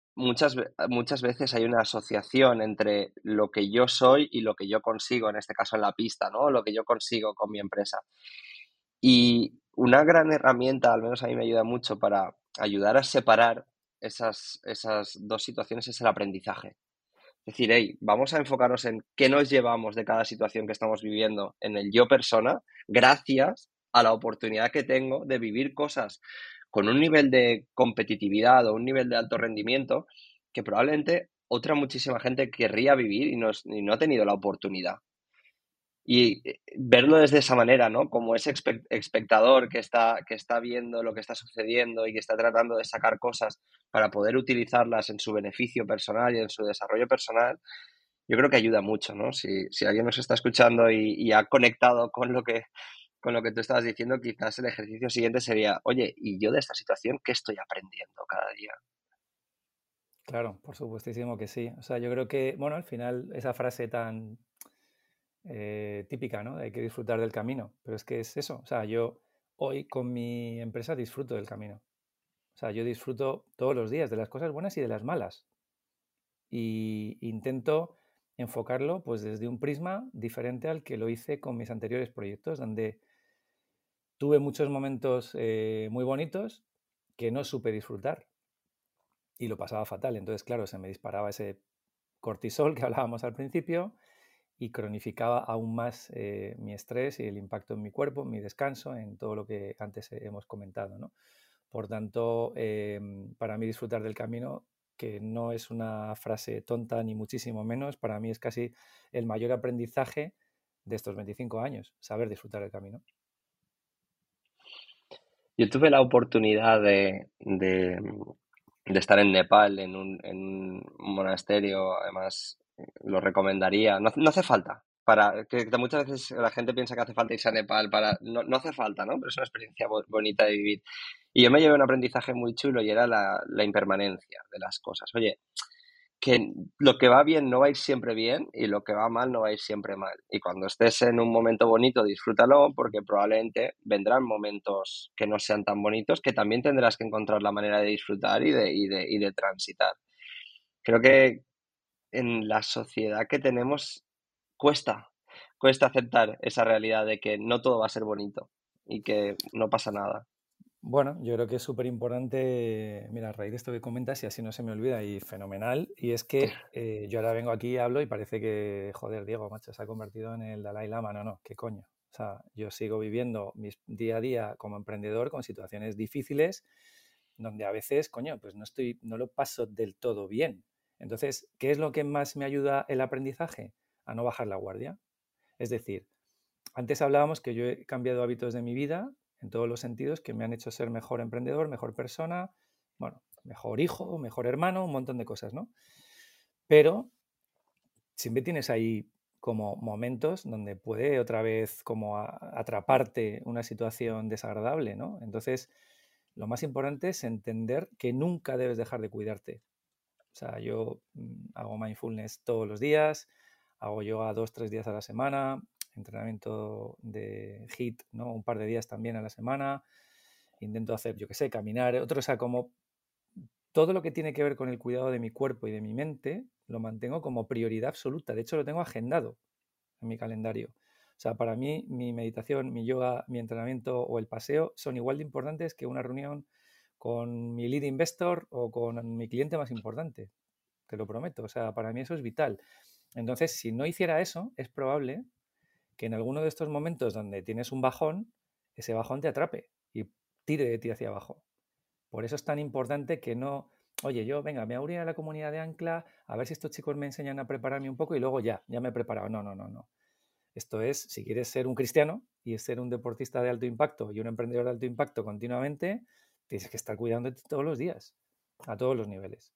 muchas veces hay una asociación entre lo que yo soy y lo que yo consigo, en este caso en la pista, ¿no? Lo que yo consigo con mi empresa. Y una gran herramienta, al menos a mí me ayuda mucho para ayudar a separar esas dos situaciones, es el aprendizaje. Es decir, hey, vamos a enfocarnos en qué nos llevamos de cada situación que estamos viviendo en el yo persona, gracias a la oportunidad que tengo de vivir cosas con un nivel de competitividad o un nivel de alto rendimiento que probablemente otra muchísima gente querría vivir y no ha tenido la oportunidad. Y verlo desde esa manera, ¿no? Como ese espectador que está viendo lo que está sucediendo y que está tratando de sacar cosas para poder utilizarlas en su beneficio personal y en su desarrollo personal, yo creo que ayuda mucho, ¿no? Si alguien nos está escuchando y ha conectado con lo que tú estabas diciendo, quizás el ejercicio siguiente sería, oye, ¿y yo de esta situación qué estoy aprendiendo cada día? Claro, por supuestísimo que sí. O sea, yo creo que, bueno, al final esa frase tan típica, ¿no? De hay que disfrutar del camino, pero es que es eso. O sea, yo hoy con mi empresa disfruto del camino. O sea, yo disfruto todos los días de las cosas buenas y de las malas. Y intento enfocarlo pues desde un prisma diferente al que lo hice con mis anteriores proyectos, donde tuve muchos momentos muy bonitos que no supe disfrutar y lo pasaba fatal. Entonces, claro, se me disparaba ese cortisol que hablábamos al principio y cronificaba aún más mi estrés y el impacto en mi cuerpo, en mi descanso, en todo lo que antes hemos comentado, ¿no? Por tanto, para mí disfrutar del camino, que no es una frase tonta ni muchísimo menos, para mí es casi el mayor aprendizaje de estos 25 años, saber disfrutar del camino. Yo tuve la oportunidad de estar en Nepal, en un monasterio, además lo recomendaría. No, no hace falta, que muchas veces la gente piensa que hace falta irse a Nepal para, no, no hace falta, ¿no? Pero es una experiencia bonita de vivir. Y yo me llevé un aprendizaje muy chulo y era la impermanencia de las cosas. Oye, que lo que va bien no va a ir siempre bien y lo que va mal no va a ir siempre mal. Y cuando estés en un momento bonito, disfrútalo porque probablemente vendrán momentos que no sean tan bonitos que también tendrás que encontrar la manera de disfrutar y de transitar. Creo que en la sociedad que tenemos cuesta, cuesta aceptar esa realidad de que no todo va a ser bonito y que no pasa nada. Bueno, yo creo que es súper importante, mira, a raíz de esto que comentas, y así no se me olvida, y fenomenal, y es que yo ahora vengo aquí y hablo y parece que, joder, Diego, macho, se ha convertido en el Dalai Lama. No, no, qué coño. O sea, yo sigo viviendo mi día a día como emprendedor con situaciones difíciles donde a veces, coño, pues no lo paso del todo bien. Entonces, ¿qué es lo que más me ayuda el aprendizaje? A no bajar la guardia. Es decir, antes hablábamos que yo he cambiado hábitos de mi vida en todos los sentidos que me han hecho ser mejor emprendedor, mejor persona, bueno, mejor hijo, mejor hermano, un montón de cosas, ¿no? Pero siempre tienes ahí como momentos donde puede otra vez como atraparte una situación desagradable, ¿no? Entonces, lo más importante es entender que nunca debes dejar de cuidarte. O sea, yo hago mindfulness todos los días, hago yoga 2, 3 días a la semana, entrenamiento de HIIT, ¿no? Un par de días también a la semana, intento hacer, yo qué sé, caminar, otro, o sea, como todo lo que tiene que ver con el cuidado de mi cuerpo y de mi mente, lo mantengo como prioridad absoluta. De hecho, lo tengo agendado en mi calendario. O sea, para mí, mi meditación, mi yoga, mi entrenamiento o el paseo son igual de importantes que una reunión con mi lead investor o con mi cliente más importante. Te lo prometo. O sea, para mí eso es vital. Entonces, si no hiciera eso, es probable que en alguno de estos momentos donde tienes un bajón, ese bajón te atrape y tire de ti hacia abajo. Por eso es tan importante que no, oye, yo, venga, me voy a la comunidad de Ancla, a ver si estos chicos me enseñan a prepararme un poco y luego ya me he preparado. No, no, no, no. Esto es, si quieres ser un cristiano y ser un deportista de alto impacto y un emprendedor de alto impacto continuamente, tienes que estar cuidándote todos los días, a todos los niveles.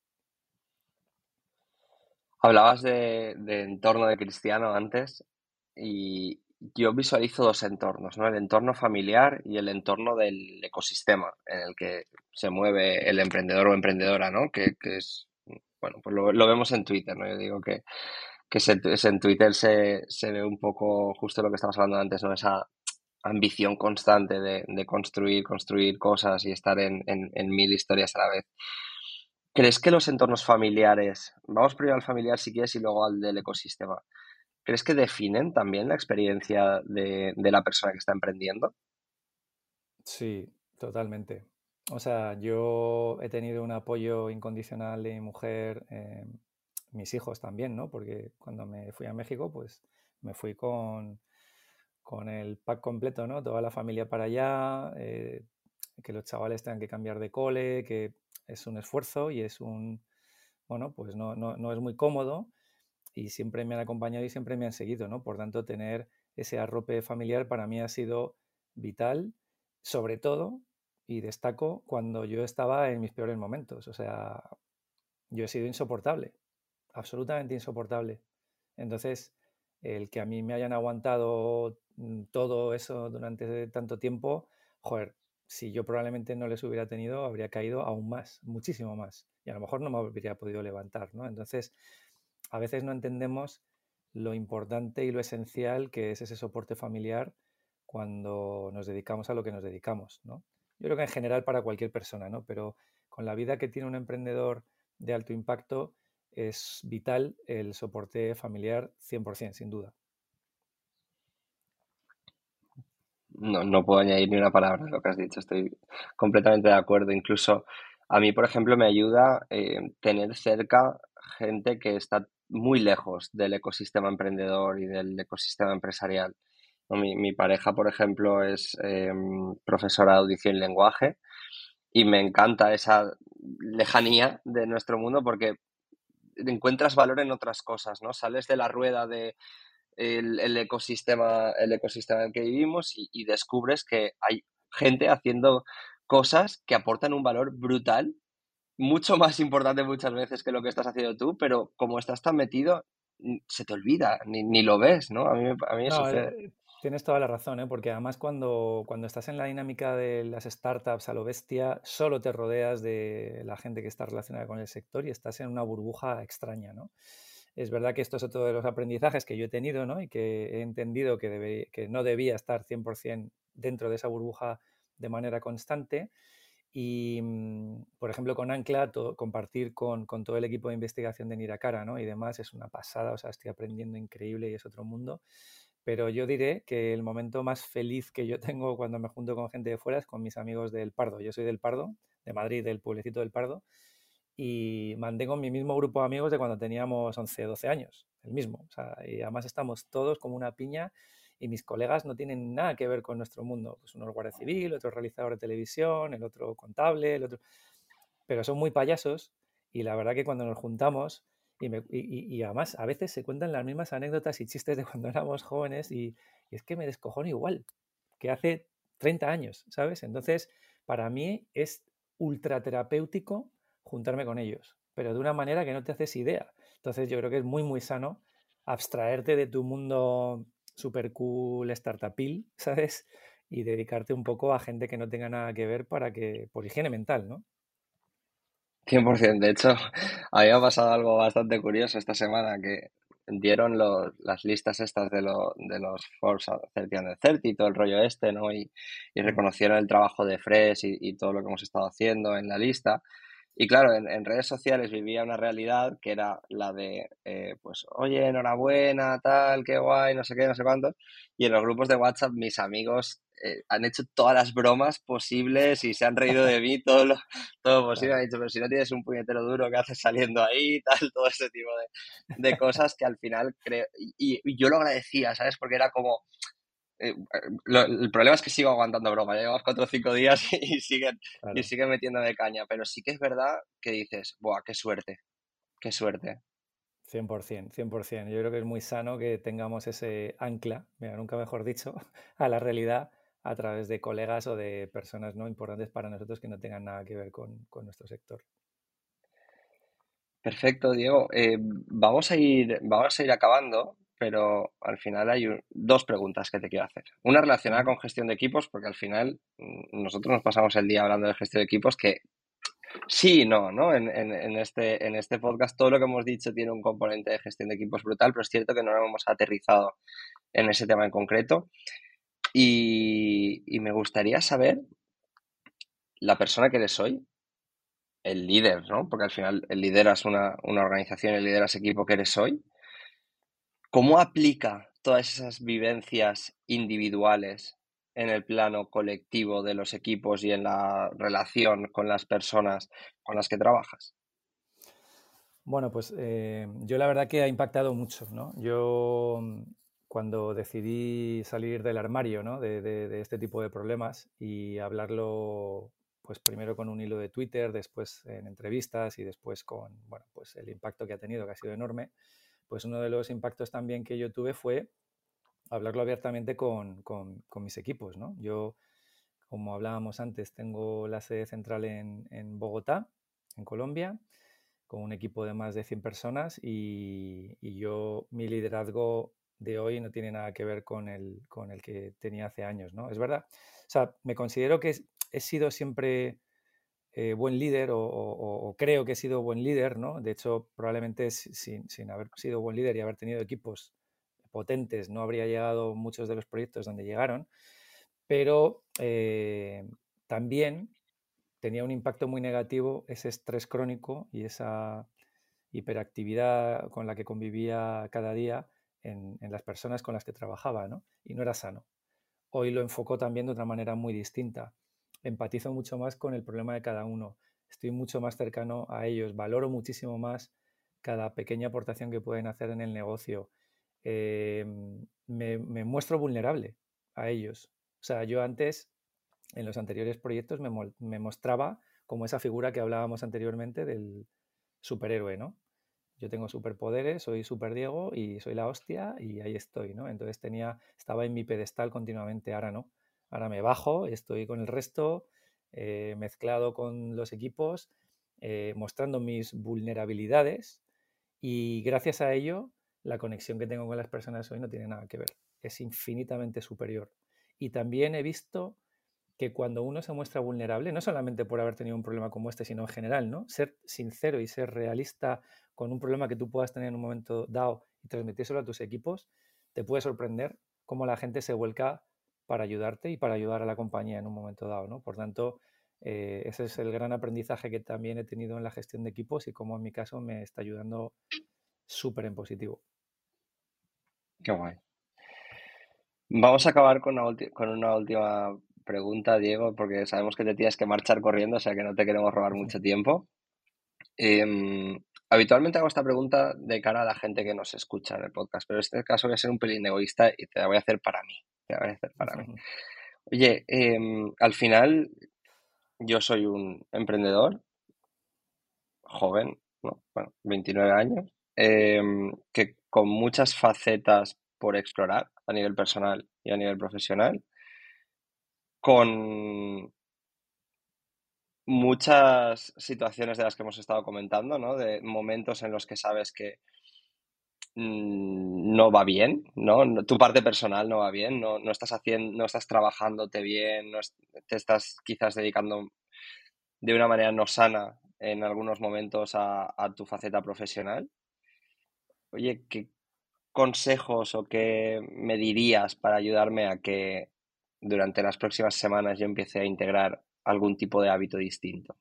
Hablabas de entorno de cristiano antes y yo visualizo dos entornos, ¿no? El entorno familiar y el entorno del ecosistema en el que se mueve el emprendedor o emprendedora, ¿no? Que es, bueno, pues lo vemos en Twitter, ¿no? Yo digo que en Twitter se ve un poco justo lo que estábamos hablando antes, ¿no? Esa ambición constante de construir cosas y estar en mil historias a la vez. ¿Crees que los entornos familiares, vamos primero al familiar si quieres y luego al del ecosistema, crees que definen también la experiencia de la persona que está emprendiendo? Sí, totalmente. O sea, yo he tenido un apoyo incondicional de mi mujer, mis hijos también, ¿no? Porque cuando me fui a México, pues me fui con el pack completo, ¿no? Toda la familia para allá, que los chavales tengan que cambiar de cole, que es un esfuerzo y es bueno, pues no es muy cómodo y siempre me han acompañado y siempre me han seguido, ¿no? Por tanto, tener ese arrope familiar para mí ha sido vital, sobre todo, y destaco, cuando yo estaba en mis peores momentos. O sea, yo he sido insoportable, absolutamente insoportable. Entonces, el que a mí me hayan aguantado todo eso durante tanto tiempo, joder, si yo probablemente no les hubiera tenido, habría caído aún más, muchísimo más. Y a lo mejor no me habría podido levantar, ¿no? Entonces, a veces no entendemos lo importante y lo esencial que es ese soporte familiar cuando nos dedicamos a lo que nos dedicamos, ¿no? Yo creo que en general para cualquier persona, ¿no? Pero con la vida que tiene un emprendedor de alto impacto, es vital el soporte familiar 100%, sin duda. No, no puedo añadir ni una palabra a lo que has dicho, estoy completamente de acuerdo. Incluso a mí, por ejemplo, me ayuda tener cerca gente que está muy lejos del ecosistema emprendedor y del ecosistema empresarial. ¿No? Mi pareja, por ejemplo, es profesora de audición y lenguaje y me encanta esa lejanía de nuestro mundo porque encuentras valor en otras cosas, ¿no? Sales de la rueda de el ecosistema en el que vivimos y descubres que hay gente haciendo cosas que aportan un valor brutal, mucho más importante muchas veces que lo que estás haciendo tú, pero como estás tan metido, se te olvida, ni lo ves, ¿no? A mí me No, sucede. tienes toda la razón, ¿eh? Porque además cuando estás en la dinámica de las startups a lo bestia, solo te rodeas de la gente que está relacionada con el sector y estás en una burbuja extraña, ¿no? Es verdad que esto es otro de los aprendizajes que yo he tenido, ¿no? Y que he entendido que no debía estar 100% dentro de esa burbuja de manera constante. Y, por ejemplo, con Ancla, compartir con todo el equipo de investigación de Niracara, ¿no? Y demás es una pasada, o sea, estoy aprendiendo increíble y es otro mundo. Pero yo diré que el momento más feliz que yo tengo cuando me junto con gente de fuera es con mis amigos del Pardo. Yo soy del Pardo, de Madrid, del pueblecito del Pardo, y mantengo mi mismo grupo de amigos de cuando teníamos 11 12 años, el mismo. O sea, y además estamos todos como una piña y mis colegas no tienen nada que ver con nuestro mundo. Pues uno es guardia civil, otro es realizador de televisión, el otro contable, el otro... Pero son muy payasos y la verdad que cuando nos juntamos y además a veces se cuentan las mismas anécdotas y chistes de cuando éramos jóvenes y es que me descojono igual que hace 30 años, ¿sabes? Entonces, para mí es ultra terapéutico juntarme con ellos, pero de una manera que no te haces idea. Entonces, yo creo que es muy, muy sano abstraerte de tu mundo super cool, startupil, ¿sabes? Y dedicarte un poco a gente que no tenga nada que ver por higiene mental, ¿no? 100%. De hecho, a mí me ha pasado algo bastante curioso esta semana que dieron las listas estas de los Forbes 30 Under 30 y todo el rollo este, ¿no? Y Mm. reconocieron el trabajo de Fresh y todo lo que hemos estado haciendo en la lista. Y claro, en redes sociales vivía una realidad que era la de, pues, oye, enhorabuena, tal, qué guay, no sé qué, no sé cuánto. Y en los grupos de WhatsApp mis amigos han hecho todas las bromas posibles y se han reído de mí todo posible. Han Claro, dicho, pero si no tienes un puñetero duro, ¿qué haces saliendo ahí? Tal, todo ese tipo de cosas que al final creo... Y yo lo agradecía, ¿sabes? Porque era como el problema es que sigo aguantando broma. Ya llevamos 4 o 5 días y claro. siguen metiéndome caña. Pero sí que es verdad que dices, ¡buah, qué suerte! ¡Qué suerte! 100%, 100%. Yo creo que es muy sano que tengamos ese ancla, mira, nunca mejor dicho, a la realidad a través de colegas o de personas no importantes para nosotros que no tengan nada que ver con nuestro sector. Perfecto, Diego. Vamos a ir acabando, pero al final hay dos preguntas que te quiero hacer. Una relacionada Ujú. con gestión de equipos, porque al final nosotros nos pasamos el día hablando de gestión de equipos, que sí y no, ¿no? En este podcast todo lo que hemos dicho tiene un componente de gestión de equipos brutal, pero es cierto que no lo hemos aterrizado en ese tema en concreto. Y me gustaría saber la persona que eres hoy, el líder, ¿no? Porque al final lideras una organización, lideras equipo que eres hoy. ¿Cómo aplica todas esas vivencias individuales en el plano colectivo de los equipos y en la relación con las personas con las que trabajas? Bueno, pues yo la verdad que ha impactado mucho, ¿no? Yo cuando decidí salir del armario, ¿no? de este tipo de problemas y hablarlo, pues primero con un hilo de Twitter, después en entrevistas y después con, bueno, pues el impacto que ha tenido, que ha sido enorme, pues uno de los impactos también que yo tuve fue hablarlo abiertamente con mis equipos, ¿no? Yo, como hablábamos antes, tengo la sede central en Bogotá, en Colombia, con un equipo de más de 100 personas y yo, mi liderazgo de hoy no tiene nada que ver con el que tenía hace años, ¿no? Es verdad. O sea, me considero que he sido siempre buen líder o creo que he sido buen líder, ¿no? De hecho, probablemente sin haber sido buen líder y haber tenido equipos potentes, no habría llegado muchos de los proyectos donde llegaron, pero también tenía un impacto muy negativo ese estrés crónico y esa hiperactividad con la que convivía cada día en las personas con las que trabajaba, ¿no? Y no era sano. Hoy lo enfoco también de otra manera muy distinta. Empatizo mucho más con el problema de cada uno. Estoy mucho más cercano a ellos. Valoro muchísimo más cada pequeña aportación que pueden hacer en el negocio. Eh, me muestro vulnerable a ellos. O sea, yo antes, en los anteriores proyectos, me mostraba como esa figura que hablábamos anteriormente del superhéroe, ¿no? Yo tengo superpoderes, soy super Diego y soy la hostia y ahí estoy, ¿no? Entonces estaba en mi pedestal continuamente, ahora no. Ahora me bajo, estoy con el resto, mezclado con los equipos, mostrando mis vulnerabilidades y gracias a ello la conexión que tengo con las personas hoy no tiene nada que ver, es infinitamente superior. Y también he visto que cuando uno se muestra vulnerable, no solamente por haber tenido un problema como este, sino en general, ¿no? Ser sincero y ser realista con un problema que tú puedas tener en un momento dado y transmitírselo a tus equipos, te puede sorprender cómo la gente se vuelca para ayudarte y para ayudar a la compañía en un momento dado, ¿no? Por tanto, ese es el gran aprendizaje que también he tenido en la gestión de equipos y cómo en mi caso me está ayudando súper en positivo. Qué guay. Vamos a acabar con una última pregunta, Diego, porque sabemos que te tienes que marchar corriendo, o sea que no te queremos robar mucho tiempo. Habitualmente hago esta pregunta de cara a la gente que nos escucha en el podcast, pero en este caso voy a ser un pelín egoísta y te la voy a hacer para mí. Te la voy a hacer para mí. Oye, al final yo soy un emprendedor joven, ¿no? Bueno, 29 años, que con muchas facetas por explorar a nivel personal y a nivel profesional, con muchas situaciones de las que hemos estado comentando, ¿no? De momentos en los que sabes que no va bien, ¿no? Tu parte personal no va bien, no estás haciendo, no estás trabajándote bien, te estás quizás dedicando de una manera no sana en algunos momentos a tu faceta profesional. Oye, ¿qué consejos o qué me dirías para ayudarme a que durante las próximas semanas yo empiece a integrar algún tipo de hábito distinto?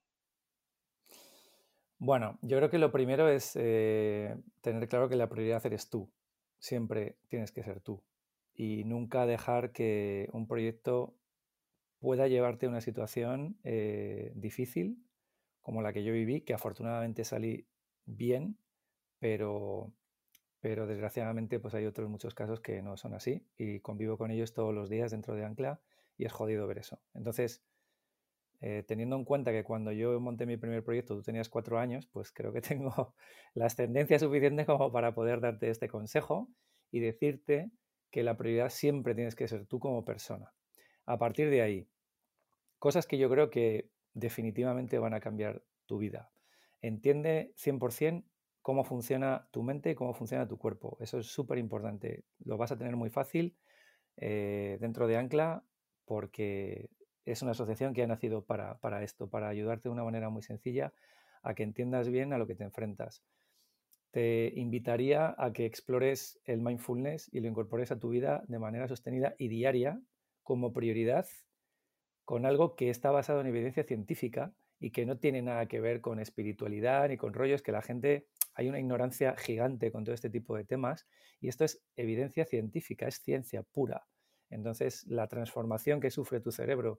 Bueno, yo creo que lo primero es tener claro que la prioridad eres tú. Siempre tienes que ser tú. Y nunca dejar que un proyecto pueda llevarte a una situación difícil como la que yo viví, que afortunadamente salí bien, pero, pero desgraciadamente pues hay otros muchos casos que no son así y convivo con ellos todos los días dentro de Ancla y es jodido ver eso. Entonces, teniendo en cuenta que cuando yo monté mi primer proyecto tú tenías 4 años, pues creo que tengo la ascendencia suficiente como para poder darte este consejo y decirte que la prioridad siempre tienes que ser tú como persona. A partir de ahí, cosas que yo creo que definitivamente van a cambiar tu vida. Entiende 100% cómo funciona tu mente y cómo funciona tu cuerpo. Eso es súper importante. Lo vas a tener muy fácil dentro de Ancla porque es una asociación que ha nacido para esto, para ayudarte de una manera muy sencilla a que entiendas bien a lo que te enfrentas. Te invitaría a que explores el mindfulness y lo incorpores a tu vida de manera sostenida y diaria como prioridad con algo que está basado en evidencia científica y que no tiene nada que ver con espiritualidad ni con rollos, que la gente, hay una ignorancia gigante con todo este tipo de temas y esto es evidencia científica, es ciencia pura. Entonces, la transformación que sufre tu cerebro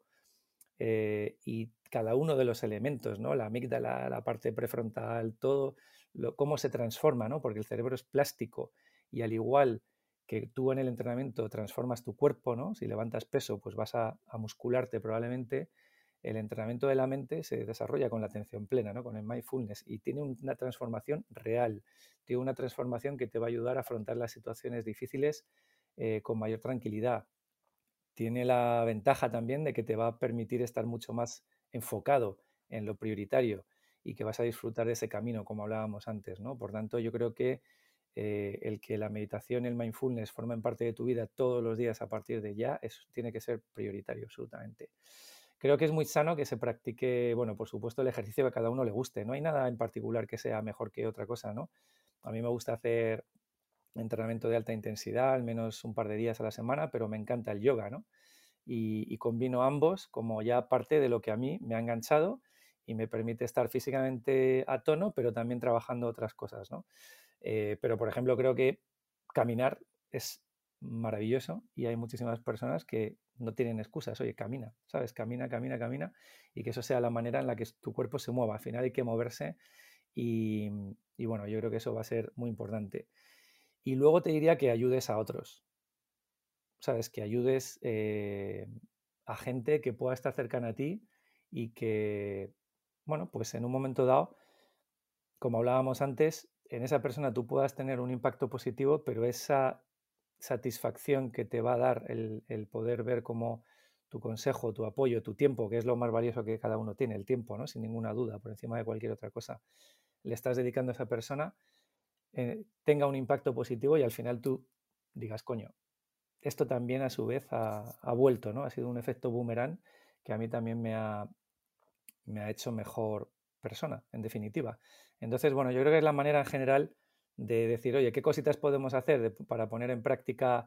y cada uno de los elementos, ¿no? La amígdala, la parte prefrontal, todo, cómo se transforma, ¿no? Porque el cerebro es plástico y al igual que tú en el entrenamiento transformas tu cuerpo, ¿no? Si levantas peso, pues vas a muscularte probablemente. El entrenamiento de la mente se desarrolla con la atención plena, ¿no? Con el mindfulness y tiene una transformación real, tiene una transformación que te va a ayudar a afrontar las situaciones difíciles con mayor tranquilidad. Tiene la ventaja también de que te va a permitir estar mucho más enfocado en lo prioritario y que vas a disfrutar de ese camino, como hablábamos antes, ¿no? Por tanto, yo creo que el que la meditación y el mindfulness formen parte de tu vida todos los días a partir de ya, eso tiene que ser prioritario, absolutamente. Creo que es muy sano que se practique, bueno, por supuesto, el ejercicio que a cada uno le guste. No hay nada en particular que sea mejor que otra cosa, ¿no? A mí me gusta hacer entrenamiento de alta intensidad, al menos un par de días a la semana, pero me encanta el yoga, ¿no? Y combino ambos como ya parte de lo que a mí me ha enganchado y me permite estar físicamente a tono, pero también trabajando otras cosas, ¿no? Pero, por ejemplo, creo que caminar es maravilloso y hay muchísimas personas que no tienen excusas. Oye, camina, ¿sabes? Camina, camina, camina y que eso sea la manera en la que tu cuerpo se mueva. Al final hay que moverse y bueno, yo creo que eso va a ser muy importante. Y luego te diría que ayudes a otros, ¿sabes? Que ayudes a gente que pueda estar cercana a ti y que, bueno, pues en un momento dado, como hablábamos antes, en esa persona tú puedas tener un impacto positivo, pero esa satisfacción que te va a dar el poder ver cómo tu consejo, tu apoyo, tu tiempo, que es lo más valioso que cada uno tiene, el tiempo, ¿no? Sin ninguna duda, por encima de cualquier otra cosa, le estás dedicando a esa persona, tenga un impacto positivo y al final tú digas, coño, esto también a su vez ha vuelto, ¿no? Ha sido un efecto boomerang que a mí también me ha hecho mejor persona, en definitiva. Entonces, bueno, yo creo que es la manera en general de decir, oye, ¿qué cositas podemos hacer para poner en práctica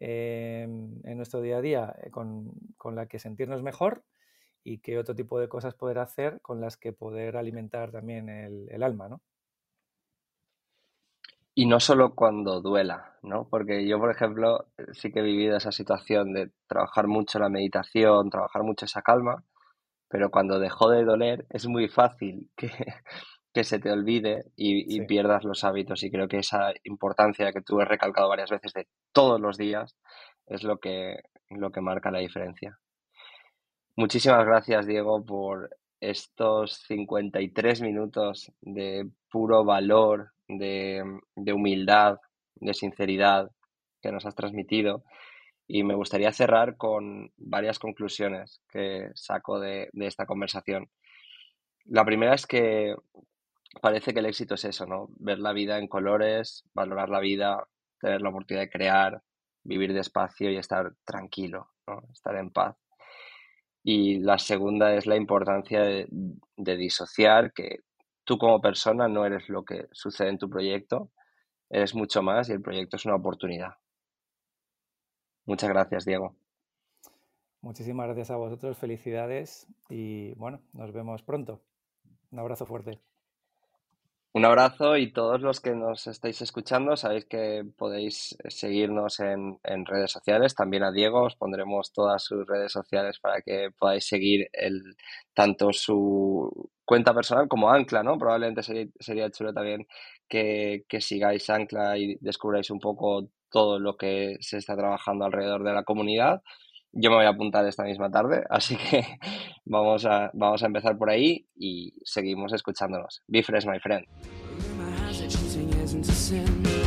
en nuestro día a día con la que sentirnos mejor y qué otro tipo de cosas poder hacer con las que poder alimentar también el alma, ¿no? Y no solo cuando duela, ¿no? Porque yo, por ejemplo, sí que he vivido esa situación de trabajar mucho la meditación, trabajar mucho esa calma, pero cuando dejó de doler es muy fácil que se te olvide y Sí. pierdas los hábitos. Y creo que esa importancia que tú has recalcado varias veces de todos los días es lo que marca la diferencia. Muchísimas gracias, Diego, por estos 53 minutos de puro valor, de humildad, de sinceridad que nos has transmitido. Y me gustaría cerrar con varias conclusiones que saco de esta conversación. La primera es que parece que el éxito es eso, ¿no? Ver la vida en colores, valorar la vida, tener la oportunidad de crear, vivir despacio y estar tranquilo, ¿no? Estar en paz. Y la segunda es la importancia de disociar que tú como persona no eres lo que sucede en tu proyecto, eres mucho más y el proyecto es una oportunidad. Muchas gracias, Diego. Muchísimas gracias a vosotros, felicidades y bueno, nos vemos pronto. Un abrazo fuerte. Un abrazo y todos los que nos estáis escuchando, sabéis que podéis seguirnos en redes sociales. También a Diego os pondremos todas sus redes sociales para que podáis seguir tanto su cuenta personal como Ancla, ¿no? Probablemente sería chulo también que sigáis Ancla y descubráis un poco todo lo que se está trabajando alrededor de la comunidad. Yo me voy a apuntar esta misma tarde, así que vamos a empezar por ahí y seguimos escuchándonos. Be fresh, my friend.